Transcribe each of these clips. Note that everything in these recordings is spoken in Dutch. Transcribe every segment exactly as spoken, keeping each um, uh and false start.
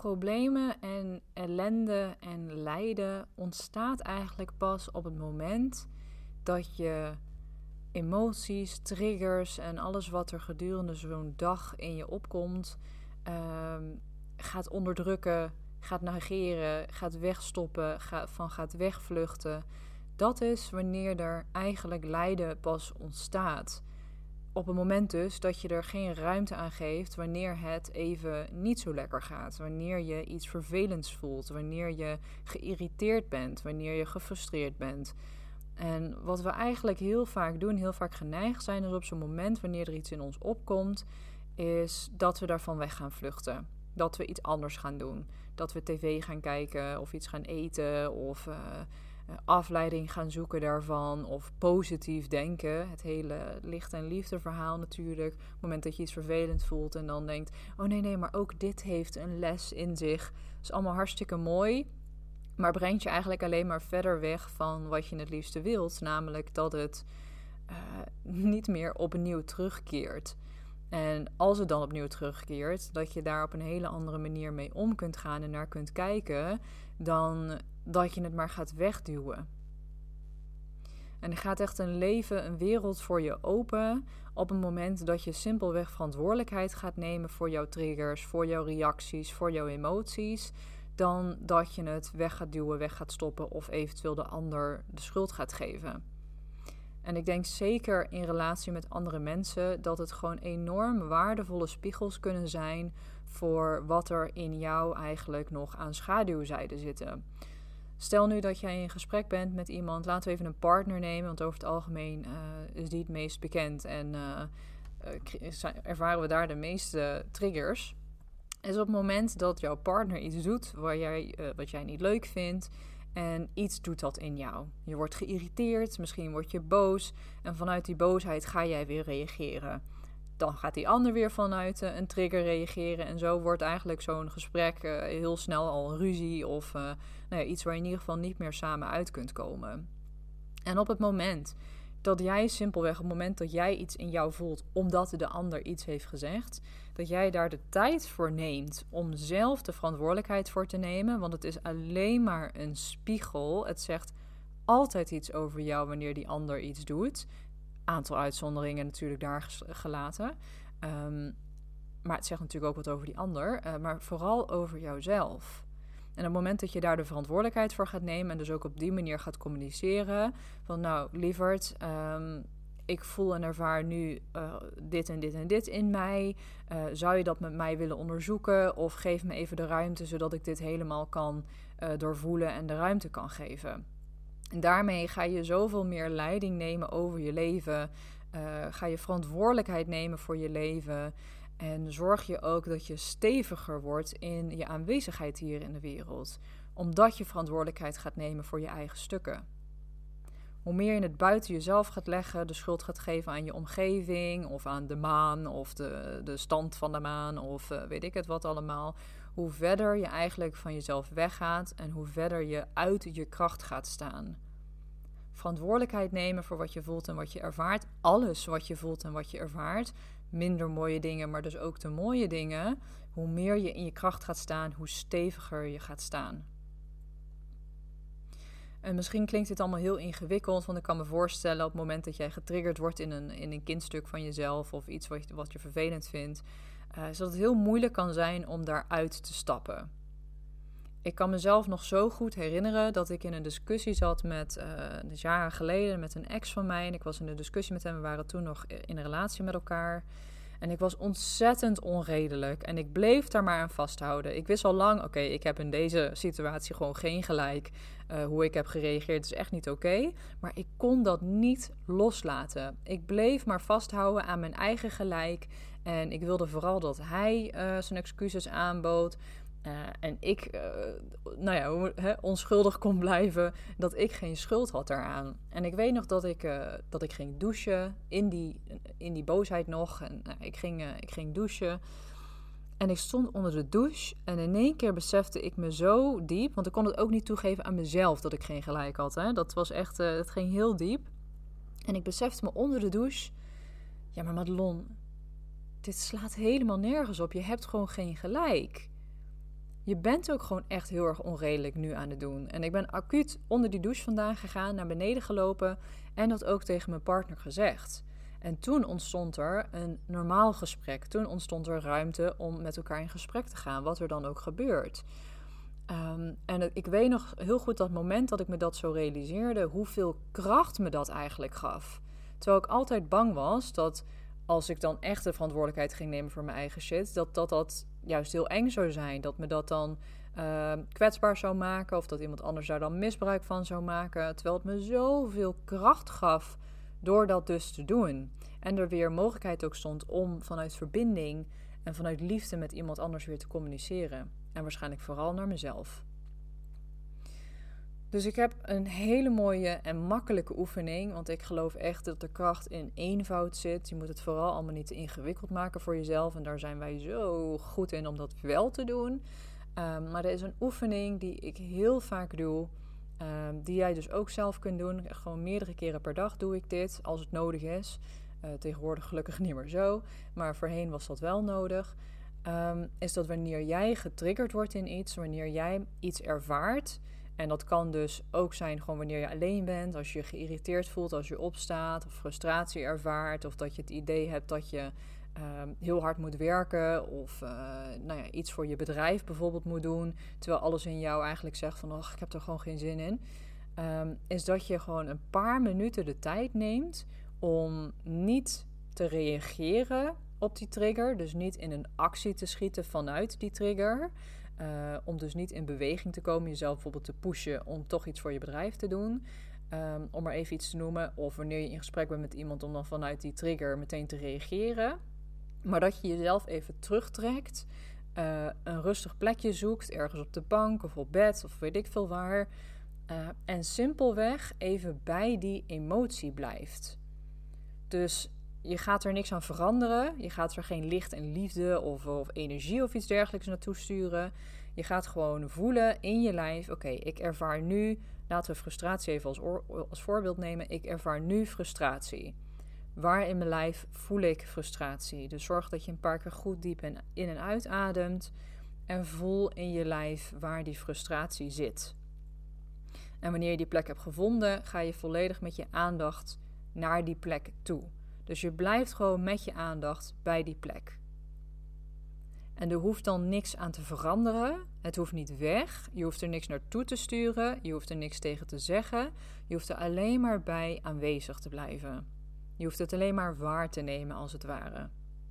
Problemen en ellende en lijden ontstaat eigenlijk pas op het moment dat je emoties, triggers en alles wat er gedurende zo'n dag in je opkomt, um, gaat onderdrukken, gaat negeren, gaat wegstoppen, gaat, van gaat wegvluchten. Dat is wanneer er eigenlijk lijden pas ontstaat. Op het moment dus dat je er geen ruimte aan geeft wanneer het even niet zo lekker gaat. Wanneer je iets vervelends voelt, wanneer je geïrriteerd bent, wanneer je gefrustreerd bent. En wat we eigenlijk heel vaak doen, heel vaak geneigd zijn, is op zo'n moment wanneer er iets in ons opkomt, is dat we daarvan weg gaan vluchten. Dat we iets anders gaan doen. Dat we tv gaan kijken of iets gaan eten of uh, afleiding gaan zoeken daarvan. Of positief denken. Het hele licht- en liefde verhaal natuurlijk. Op het moment dat je iets vervelend voelt en dan denkt, oh nee, nee, maar ook dit heeft een les in zich. Dat is allemaal hartstikke mooi. Maar brengt je eigenlijk alleen maar verder weg van wat je het liefste wilt. Namelijk dat het uh, niet meer opnieuw terugkeert. En als het dan opnieuw terugkeert, dat je daar op een hele andere manier mee om kunt gaan en naar kunt kijken, dan dat je het maar gaat wegduwen. En er gaat echt een leven, een wereld voor je open op het moment dat je simpelweg verantwoordelijkheid gaat nemen voor jouw triggers, voor jouw reacties, voor jouw emoties, dan dat je het weg gaat duwen, weg gaat stoppen of eventueel de ander de schuld gaat geven. En ik denk zeker in relatie met andere mensen dat het gewoon enorm waardevolle spiegels kunnen zijn voor wat er in jou eigenlijk nog aan schaduwzijden zitten. Stel nu dat jij in gesprek bent met iemand, laten we even een partner nemen, want over het algemeen uh, is die het meest bekend en uh, uh, ervaren we daar de meeste triggers. Is op het moment dat jouw partner iets doet waar jij, uh, wat jij niet leuk vindt en iets doet dat in jou. Je wordt geïrriteerd, misschien word je boos en vanuit die boosheid ga jij weer reageren. Dan gaat die ander weer vanuit uh, een trigger reageren en zo wordt eigenlijk zo'n gesprek uh, heel snel al een ruzie of uh, nou ja, iets waar je in ieder geval niet meer samen uit kunt komen. En op het moment dat jij simpelweg, op het moment dat jij iets in jou voelt omdat de ander iets heeft gezegd, dat jij daar de tijd voor neemt om zelf de verantwoordelijkheid voor te nemen, want het is alleen maar een spiegel. Het zegt altijd iets over jou wanneer die ander iets doet. Aantal uitzonderingen natuurlijk daar gelaten. Um, maar het zegt natuurlijk ook wat over die ander, uh, maar vooral over jouzelf. En op het moment dat je daar de verantwoordelijkheid voor gaat nemen en dus ook op die manier gaat communiceren, van nou lieverd, um, ik voel en ervaar nu uh, dit en dit en dit in mij. Uh, zou je dat met mij willen onderzoeken of geef me even de ruimte zodat ik dit helemaal kan uh, doorvoelen en de ruimte kan geven. En daarmee ga je zoveel meer leiding nemen over je leven, uh, ga je verantwoordelijkheid nemen voor je leven. En zorg je ook dat je steviger wordt in je aanwezigheid hier in de wereld. Omdat je verantwoordelijkheid gaat nemen voor je eigen stukken. Hoe meer je het buiten jezelf gaat leggen, de schuld gaat geven aan je omgeving of aan de maan of de, de stand van de maan of uh, weet ik het wat allemaal. Hoe verder je eigenlijk van jezelf weggaat en hoe verder je uit je kracht gaat staan. Verantwoordelijkheid nemen voor wat je voelt en wat je ervaart. Alles wat je voelt en wat je ervaart. Minder mooie dingen, maar dus ook de mooie dingen. Hoe meer je in je kracht gaat staan, hoe steviger je gaat staan. En misschien klinkt dit allemaal heel ingewikkeld, want ik kan me voorstellen op het moment dat jij getriggerd wordt in een, in een kindstuk van jezelf of iets wat je, wat je vervelend vindt, uh, is dat het heel moeilijk kan zijn om daaruit te stappen. Ik kan mezelf nog zo goed herinneren dat ik in een discussie zat met, uh, dus jaren geleden, met een ex van mij. En ik was in een discussie met hem, we waren toen nog in een relatie met elkaar. En ik was ontzettend onredelijk en ik bleef daar maar aan vasthouden. Ik wist al lang, oké, okay, ik heb in deze situatie gewoon geen gelijk. Uh, hoe ik heb gereageerd is echt niet oké. Okay, maar ik kon dat niet loslaten. Ik bleef maar vasthouden aan mijn eigen gelijk. En ik wilde vooral dat hij uh, zijn excuses aanbood. Uh, en ik, uh, nou ja, he, onschuldig kon blijven, dat ik geen schuld had daaraan. En ik weet nog dat ik, uh, dat ik ging douchen, in die, in die boosheid nog. En uh, ik, ging, uh, ik ging douchen en ik stond onder de douche en in één keer besefte ik me zo diep, want ik kon het ook niet toegeven aan mezelf dat ik geen gelijk had. Hè? Dat was echt, uh, het ging heel diep. En ik besefte me onder de douche, ja maar Madelon, dit slaat helemaal nergens op. Je hebt gewoon geen gelijk. je bent ook gewoon echt heel erg onredelijk nu aan het doen. En ik ben acuut onder die douche vandaan gegaan, naar beneden gelopen en dat ook tegen mijn partner gezegd. En toen ontstond er een normaal gesprek. Toen ontstond er ruimte om met elkaar in gesprek te gaan, wat er dan ook gebeurt. Um, en het, ik weet nog heel goed dat moment dat ik me dat zo realiseerde, hoeveel kracht me dat eigenlijk gaf. Terwijl ik altijd bang was dat als ik dan echt de verantwoordelijkheid ging nemen voor mijn eigen shit, dat dat, dat juist heel eng zou zijn. Dat me dat dan uh, kwetsbaar zou maken of dat iemand anders daar dan misbruik van zou maken. Terwijl het me zoveel kracht gaf door dat dus te doen. En er weer mogelijkheid ook stond om vanuit verbinding en vanuit liefde met iemand anders weer te communiceren. En waarschijnlijk vooral naar mezelf. Dus ik heb een hele mooie en makkelijke oefening. Want ik geloof echt dat de kracht in eenvoud zit. Je moet het vooral allemaal niet te ingewikkeld maken voor jezelf. En daar zijn wij zo goed in om dat wel te doen. Um, maar er is een oefening die ik heel vaak doe. Um, die jij dus ook zelf kunt doen. Gewoon meerdere keren per dag doe ik dit als het nodig is. Uh, tegenwoordig gelukkig niet meer zo. Maar voorheen was dat wel nodig. Um, is dat wanneer jij getriggerd wordt in iets. Wanneer jij iets ervaart. En dat kan dus ook zijn gewoon wanneer je alleen bent. Als je je geïrriteerd voelt als je opstaat. Of frustratie ervaart. Of dat je het idee hebt dat je um, heel hard moet werken. Of uh, nou ja, iets voor je bedrijf bijvoorbeeld moet doen. Terwijl alles in jou eigenlijk zegt van... Oh, ik heb er gewoon geen zin in. Um, is dat je gewoon een paar minuten de tijd neemt om niet te reageren op die trigger. Dus niet in een actie te schieten vanuit die trigger. Uh, om dus niet in beweging te komen. Jezelf bijvoorbeeld te pushen om toch iets voor je bedrijf te doen. Um, om maar even iets te noemen. Of wanneer je in gesprek bent met iemand om dan vanuit die trigger meteen te reageren. Maar dat je jezelf even terugtrekt. Uh, een rustig plekje zoekt. Ergens op de bank of op bed of weet ik veel waar. Uh, en simpelweg even bij die emotie blijft. Dus je gaat er niks aan veranderen. Je gaat er geen licht en liefde of, of energie of iets dergelijks naartoe sturen. Je gaat gewoon voelen in je lijf. Oké, okay, ik ervaar nu... Laten we frustratie even als, oor, als voorbeeld nemen. Ik ervaar nu frustratie. Waar in mijn lijf voel ik frustratie? Dus zorg dat je een paar keer goed diep in, in en uitademt. En voel in je lijf waar die frustratie zit. En wanneer je die plek hebt gevonden, ga je volledig met je aandacht naar die plek toe. Dus je blijft gewoon met je aandacht bij die plek. En er hoeft dan niks aan te veranderen. Het hoeft niet weg. Je hoeft er niks naartoe te sturen. Je hoeft er niks tegen te zeggen. Je hoeft er alleen maar bij aanwezig te blijven. Je hoeft het alleen maar waar te nemen als het ware.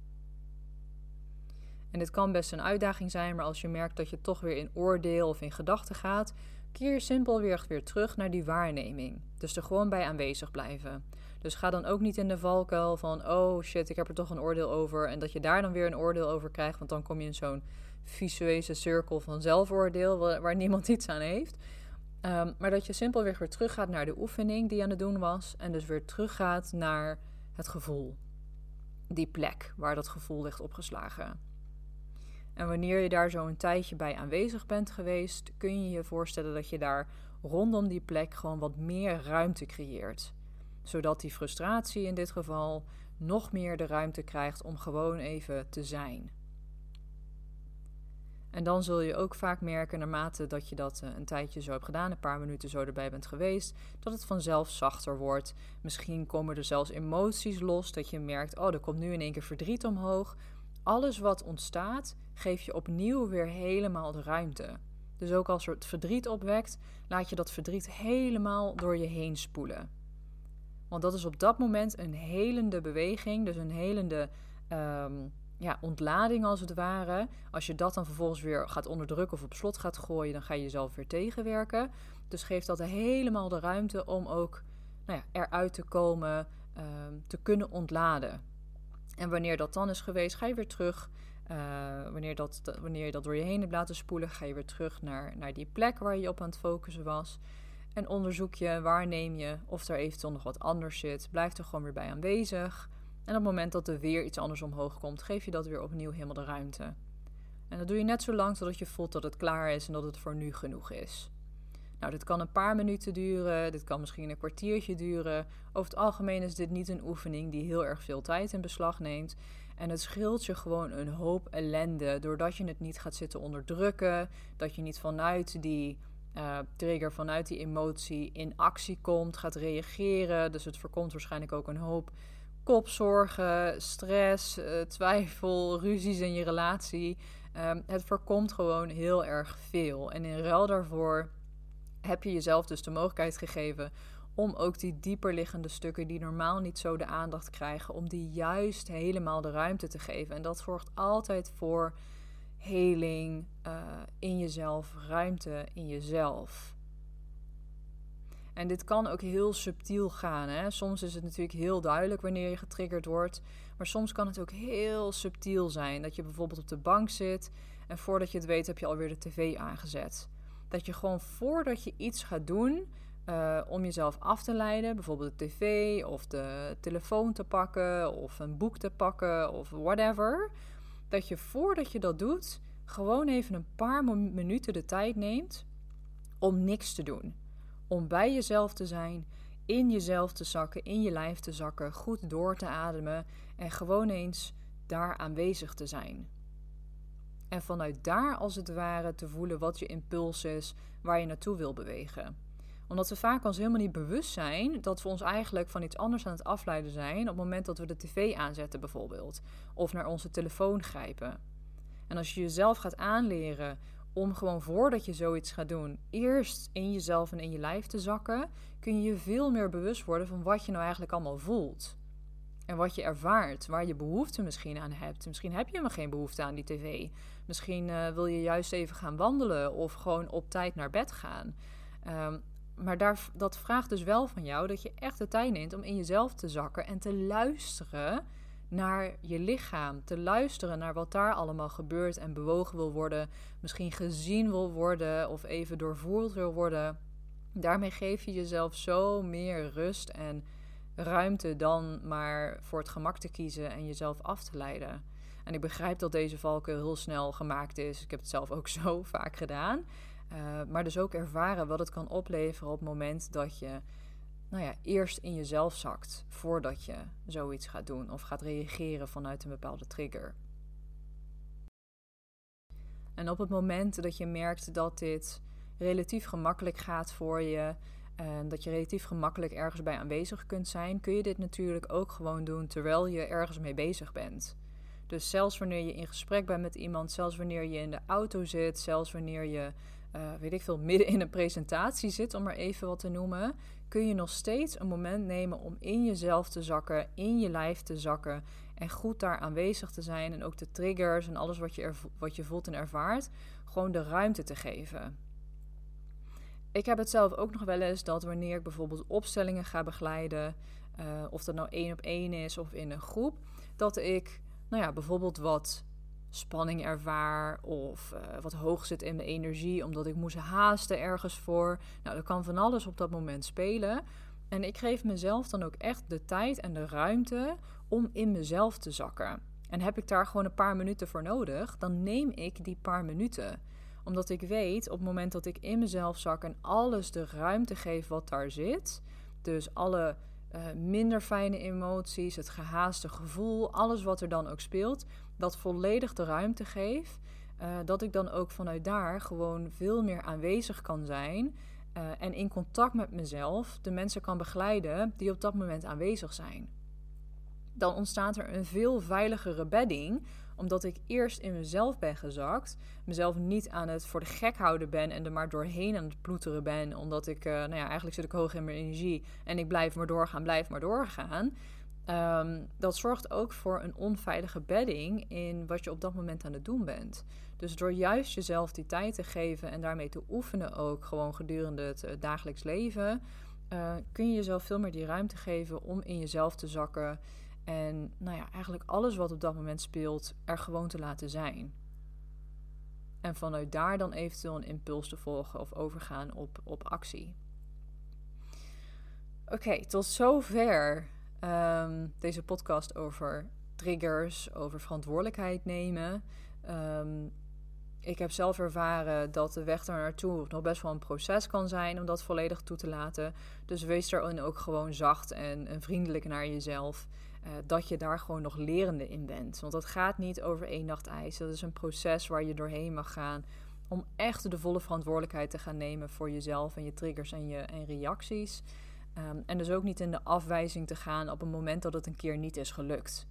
En dit kan best een uitdaging zijn, maar als je merkt dat je toch weer in oordeel of in gedachten gaat, keer simpelweg weer terug naar die waarneming. Dus er gewoon bij aanwezig blijven. Dus ga dan ook niet in de valkuil van, oh shit, ik heb er toch een oordeel over. En dat je daar dan weer een oordeel over krijgt, want dan kom je in zo'n visueuze cirkel van zelfoordeel waar, waar niemand iets aan heeft. Um, maar dat je simpelweg weer teruggaat naar de oefening die je aan het doen was. En dus weer teruggaat naar het gevoel. Die plek waar dat gevoel ligt opgeslagen. En wanneer je daar zo een tijdje bij aanwezig bent geweest, kun je je voorstellen dat je daar rondom die plek gewoon wat meer ruimte creëert. Zodat die frustratie in dit geval nog meer de ruimte krijgt om gewoon even te zijn. En dan zul je ook vaak merken, naarmate dat je dat een tijdje zo hebt gedaan, een paar minuten zo erbij bent geweest, dat het vanzelf zachter wordt. Misschien komen er zelfs emoties los, dat je merkt, oh, er komt nu in één keer verdriet omhoog. Alles wat ontstaat, geef je opnieuw weer helemaal de ruimte. Dus ook als er het verdriet opwekt, laat je dat verdriet helemaal door je heen spoelen. Want dat is op dat moment een helende beweging, dus een helende um, ja, ontlading als het ware. Als je dat dan vervolgens weer gaat onderdrukken of op slot gaat gooien, dan ga je jezelf weer tegenwerken. Dus geef dat helemaal de ruimte om ook nou ja, eruit te komen, um, te kunnen ontladen. En wanneer dat dan is geweest, ga je weer terug. Uh, wanneer, dat, wanneer je dat door je heen hebt laten spoelen, ga je weer terug naar, naar die plek waar je op aan het focussen was. En onderzoek je, waarneem je of er eventueel nog wat anders zit. Blijf er gewoon weer bij aanwezig. En op het moment dat er weer iets anders omhoog komt, geef je dat weer opnieuw helemaal de ruimte. En dat doe je net zo lang totdat je voelt dat het klaar is en dat het voor nu genoeg is. Nou, dit kan een paar minuten duren, dit kan misschien een kwartiertje duren. Over het algemeen is dit niet een oefening die heel erg veel tijd in beslag neemt. En het scheelt je gewoon een hoop ellende, doordat je het niet gaat zitten onderdrukken, dat je niet vanuit die uh, trigger, vanuit die emotie in actie komt, gaat reageren. Dus het voorkomt waarschijnlijk ook een hoop kopzorgen, stress, uh, twijfel, ruzies in je relatie. Um, het voorkomt gewoon heel erg veel. En in ruil daarvoor heb je jezelf dus de mogelijkheid gegeven om ook die dieperliggende stukken die normaal niet zo de aandacht krijgen, om die juist helemaal de ruimte te geven. En dat zorgt altijd voor heling uh, in jezelf, ruimte in jezelf. En dit kan ook heel subtiel gaan. Hè? Soms is het natuurlijk heel duidelijk wanneer je getriggerd wordt. Maar soms kan het ook heel subtiel zijn. Dat je bijvoorbeeld op de bank zit en voordat je het weet heb je alweer de tv aangezet. Dat je gewoon voordat je iets gaat doen uh, om jezelf af te leiden, bijvoorbeeld de tv of de telefoon te pakken of een boek te pakken of whatever. Dat je voordat je dat doet gewoon even een paar minuten de tijd neemt om niks te doen. Om bij jezelf te zijn, in jezelf te zakken, in je lijf te zakken, goed door te ademen en gewoon eens daar aanwezig te zijn. En vanuit daar als het ware te voelen wat je impuls is, waar je naartoe wil bewegen. Omdat we vaak ons helemaal niet bewust zijn dat we ons eigenlijk van iets anders aan het afleiden zijn op het moment dat we de tv aanzetten bijvoorbeeld. Of naar onze telefoon grijpen. En als je jezelf gaat aanleren om gewoon voordat je zoiets gaat doen, eerst in jezelf en in je lijf te zakken, kun je je veel meer bewust worden van wat je nou eigenlijk allemaal voelt. En wat je ervaart, waar je behoefte misschien aan hebt. Misschien heb je helemaal geen behoefte aan die tv. Misschien uh, wil je juist even gaan wandelen of gewoon op tijd naar bed gaan. Um, maar daar, dat vraagt dus wel van jou dat je echt de tijd neemt om in jezelf te zakken en te luisteren naar je lichaam. Te luisteren naar wat daar allemaal gebeurt en bewogen wil worden. Misschien gezien wil worden of even doorvoeld wil worden. Daarmee geef je jezelf zo meer rust en ruimte dan maar voor het gemak te kiezen en jezelf af te leiden. En ik begrijp dat deze valkuil heel snel gemaakt is. Ik heb het zelf ook zo vaak gedaan. Uh, maar dus ook ervaren wat het kan opleveren op het moment dat je nou ja, eerst in jezelf zakt voordat je zoiets gaat doen of gaat reageren vanuit een bepaalde trigger. En op het moment dat je merkt dat dit relatief gemakkelijk gaat voor je, en dat je relatief gemakkelijk ergens bij aanwezig kunt zijn, kun je dit natuurlijk ook gewoon doen terwijl je ergens mee bezig bent. Dus zelfs wanneer je in gesprek bent met iemand, zelfs wanneer je in de auto zit, zelfs wanneer je, uh, weet ik veel, midden in een presentatie zit, om maar even wat te noemen, kun je nog steeds een moment nemen om in jezelf te zakken, in je lijf te zakken en goed daar aanwezig te zijn en ook de triggers en alles wat je, ervo- wat je voelt en ervaart, gewoon de ruimte te geven. Ik heb het zelf ook nog wel eens dat wanneer ik bijvoorbeeld opstellingen ga begeleiden, uh, of dat nou één op één is of in een groep, dat ik nou ja, bijvoorbeeld wat spanning ervaar of uh, wat hoog zit in mijn energie omdat ik moest haasten ergens voor. Nou, er kan van alles op dat moment spelen. En ik geef mezelf dan ook echt de tijd en de ruimte om in mezelf te zakken. En heb ik daar gewoon een paar minuten voor nodig, dan neem ik die paar minuten. Omdat ik weet, op het moment dat ik in mezelf zak en alles de ruimte geef wat daar zit, dus alle uh, minder fijne emoties, het gehaaste gevoel, alles wat er dan ook speelt, dat volledig de ruimte geef, uh, dat ik dan ook vanuit daar gewoon veel meer aanwezig kan zijn uh, en in contact met mezelf de mensen kan begeleiden die op dat moment aanwezig zijn. Dan ontstaat er een veel veiligere bedding, omdat ik eerst in mezelf ben gezakt, mezelf niet aan het voor de gek houden ben en er maar doorheen aan het ploeteren ben, omdat ik, uh, nou ja, eigenlijk zit ik hoog in mijn energie en ik blijf maar doorgaan, blijf maar doorgaan. Um, dat zorgt ook voor een onveilige bedding in wat je op dat moment aan het doen bent. Dus door juist jezelf die tijd te geven en daarmee te oefenen ook gewoon gedurende het uh, dagelijks leven, uh, kun je jezelf veel meer die ruimte geven om in jezelf te zakken. En nou ja, eigenlijk alles wat op dat moment speelt, er gewoon te laten zijn. En vanuit daar dan eventueel een impuls te volgen of overgaan op, op actie. Oké, okay, tot zover um, deze podcast over triggers, over verantwoordelijkheid nemen. Um, ik heb zelf ervaren dat de weg daar naartoe nog best wel een proces kan zijn om dat volledig toe te laten. Dus wees daarin ook gewoon zacht en, en vriendelijk naar jezelf. Uh, dat je daar gewoon nog lerende in bent. Want dat gaat niet over één nacht ijs. Dat is een proces waar je doorheen mag gaan om echt de volle verantwoordelijkheid te gaan nemen voor jezelf en je triggers en je en reacties. Um, en dus ook niet in de afwijzing te gaan op het moment dat het een keer niet is gelukt.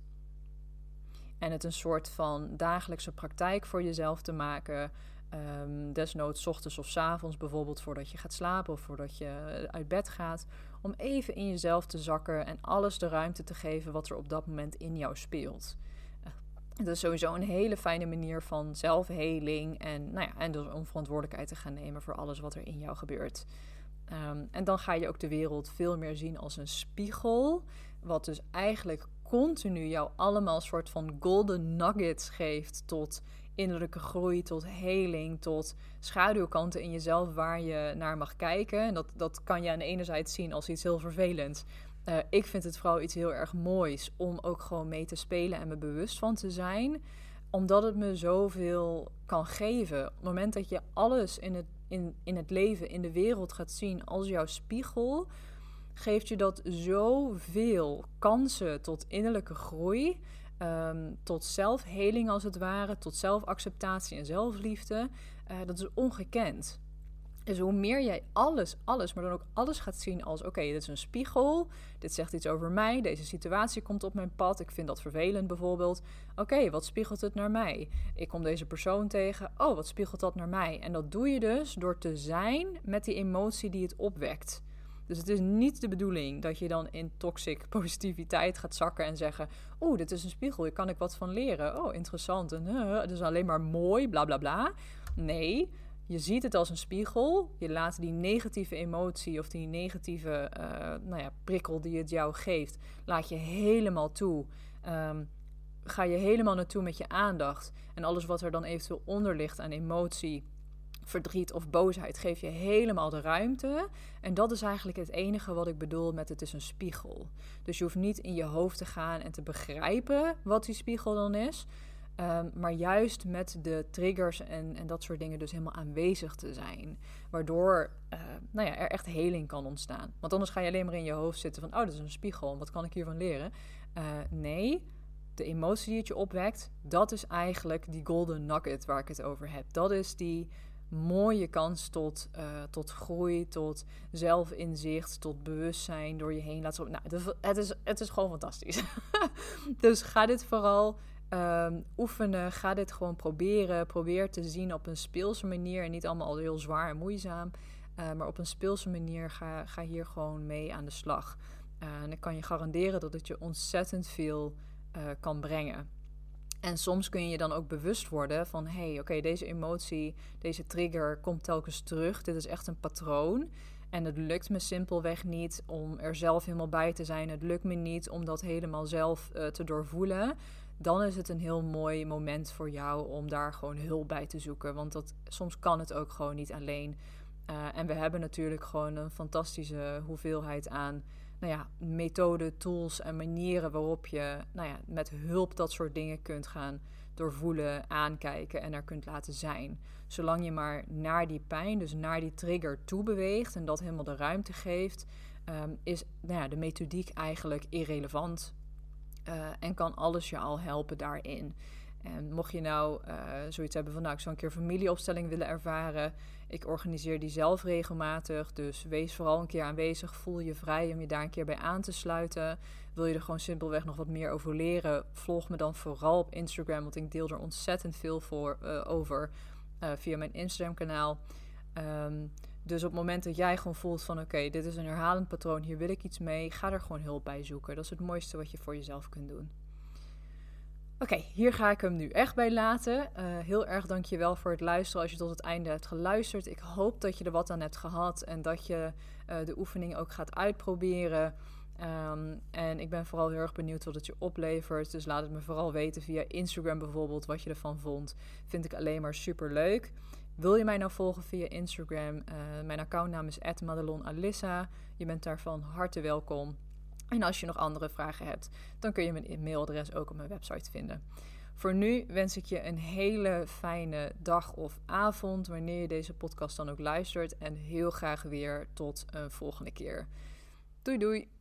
En het een soort van dagelijkse praktijk voor jezelf te maken. Um, desnoods 's ochtends of 's avonds bijvoorbeeld voordat je gaat slapen of voordat je uit bed gaat. Om even in jezelf te zakken en alles de ruimte te geven wat er op dat moment in jou speelt. Uh, het is sowieso een hele fijne manier van zelfheling en, nou ja, en dus om verantwoordelijkheid te gaan nemen voor alles wat er in jou gebeurt. Um, en dan ga je ook de wereld veel meer zien als een spiegel. Wat dus eigenlijk continu jou allemaal soort van golden nuggets geeft tot innerlijke groei, tot heling, tot schaduwkanten in jezelf waar je naar mag kijken. En dat, dat kan je aan de ene zijde zien als iets heel vervelends. Uh, ik vind het vooral iets heel erg moois om ook gewoon mee te spelen en me bewust van te zijn. Omdat het me zoveel kan geven. Op het moment dat je alles in het, in, in het leven, in de wereld gaat zien als jouw spiegel, geeft je dat zoveel kansen tot innerlijke groei, um, tot zelfheling als het ware, tot zelfacceptatie en zelfliefde. Uh, dat is ongekend. Dus hoe meer jij alles, alles, maar dan ook alles gaat zien als, oké, okay, dit is een spiegel, dit zegt iets over mij, deze situatie komt op mijn pad, ik vind dat vervelend bijvoorbeeld. Oké, okay, wat spiegelt het naar mij? Ik kom deze persoon tegen, oh, wat spiegelt dat naar mij? En dat doe je dus door te zijn met die emotie die het opwekt. Dus het is niet de bedoeling dat je dan in toxic positiviteit gaat zakken en zeggen, oeh, dit is een spiegel, hier kan ik wat van leren. Oh, interessant, en uh, het is alleen maar mooi, bla bla bla. Nee, je ziet het als een spiegel. Je laat die negatieve emotie of die negatieve uh, nou ja, prikkel die het jou geeft, laat je helemaal toe. Um, ga je helemaal naartoe met je aandacht. En alles wat er dan eventueel onder ligt aan emotie, verdriet of boosheid, geef je helemaal de ruimte. En dat is eigenlijk het enige wat ik bedoel met het is een spiegel. Dus je hoeft niet in je hoofd te gaan en te begrijpen wat die spiegel dan is. Um, maar juist met de triggers en, en dat soort dingen dus helemaal aanwezig te zijn. Waardoor uh, nou ja, er echt heling kan ontstaan. Want anders ga je alleen maar in je hoofd zitten van, oh, dat is een spiegel, wat kan ik hiervan leren? Uh, nee, de emotie die het je opwekt, dat is eigenlijk die golden nugget waar ik het over heb. Dat is die mooie kans tot, uh, tot groei, tot zelfinzicht, tot bewustzijn door je heen laten. Nou, het is, het is, het is gewoon fantastisch. Dus ga dit vooral um, oefenen. Ga dit gewoon proberen. Probeer te zien op een speelse manier en niet allemaal heel zwaar en moeizaam. Uh, maar op een speelse manier ga, ga hier gewoon mee aan de slag. Uh, en ik kan je garanderen dat het je ontzettend veel uh, kan brengen. En soms kun je je dan ook bewust worden van, hé, hey, oké, okay, deze emotie, deze trigger komt telkens terug. Dit is echt een patroon. En het lukt me simpelweg niet om er zelf helemaal bij te zijn. Het lukt me niet om dat helemaal zelf uh, te doorvoelen. Dan is het een heel mooi moment voor jou om daar gewoon hulp bij te zoeken. Want dat, soms kan het ook gewoon niet alleen. Uh, en we hebben natuurlijk gewoon een fantastische hoeveelheid aan, nou ja, methoden, tools en manieren waarop je, nou ja, met hulp dat soort dingen kunt gaan doorvoelen, aankijken en er kunt laten zijn. Zolang je maar naar die pijn, dus naar die trigger toe beweegt en dat helemaal de ruimte geeft, um, is nou ja, de methodiek eigenlijk irrelevant uh, en kan alles je al helpen daarin. En mocht je nou uh, zoiets hebben van, nou, ik zou een keer familieopstelling willen ervaren. Ik organiseer die zelf regelmatig, dus wees vooral een keer aanwezig. Voel je vrij om je daar een keer bij aan te sluiten. Wil je er gewoon simpelweg nog wat meer over leren? Volg me dan vooral op Instagram, want ik deel er ontzettend veel voor, uh, over uh, via mijn Instagram kanaal. Um, dus op het moment dat jij gewoon voelt van, oké, okay, dit is een herhalend patroon, hier wil ik iets mee, ga er gewoon hulp bij zoeken. Dat is het mooiste wat je voor jezelf kunt doen. Oké, okay, hier ga ik hem nu echt bij laten. Uh, heel erg dankjewel voor het luisteren als je tot het einde hebt geluisterd. Ik hoop dat je er wat aan hebt gehad en dat je uh, de oefening ook gaat uitproberen. Um, en ik ben vooral heel erg benieuwd wat het je oplevert. Dus laat het me vooral weten via Instagram bijvoorbeeld wat je ervan vond. Vind ik alleen maar super leuk. Wil je mij nou volgen via Instagram? Uh, mijn accountnaam is at madelon alissa. Je bent daar van harte welkom. En als je nog andere vragen hebt, dan kun je mijn mailadres ook op mijn website vinden. Voor nu wens ik je een hele fijne dag of avond, wanneer je deze podcast dan ook luistert. En heel graag weer tot een volgende keer. Doei doei!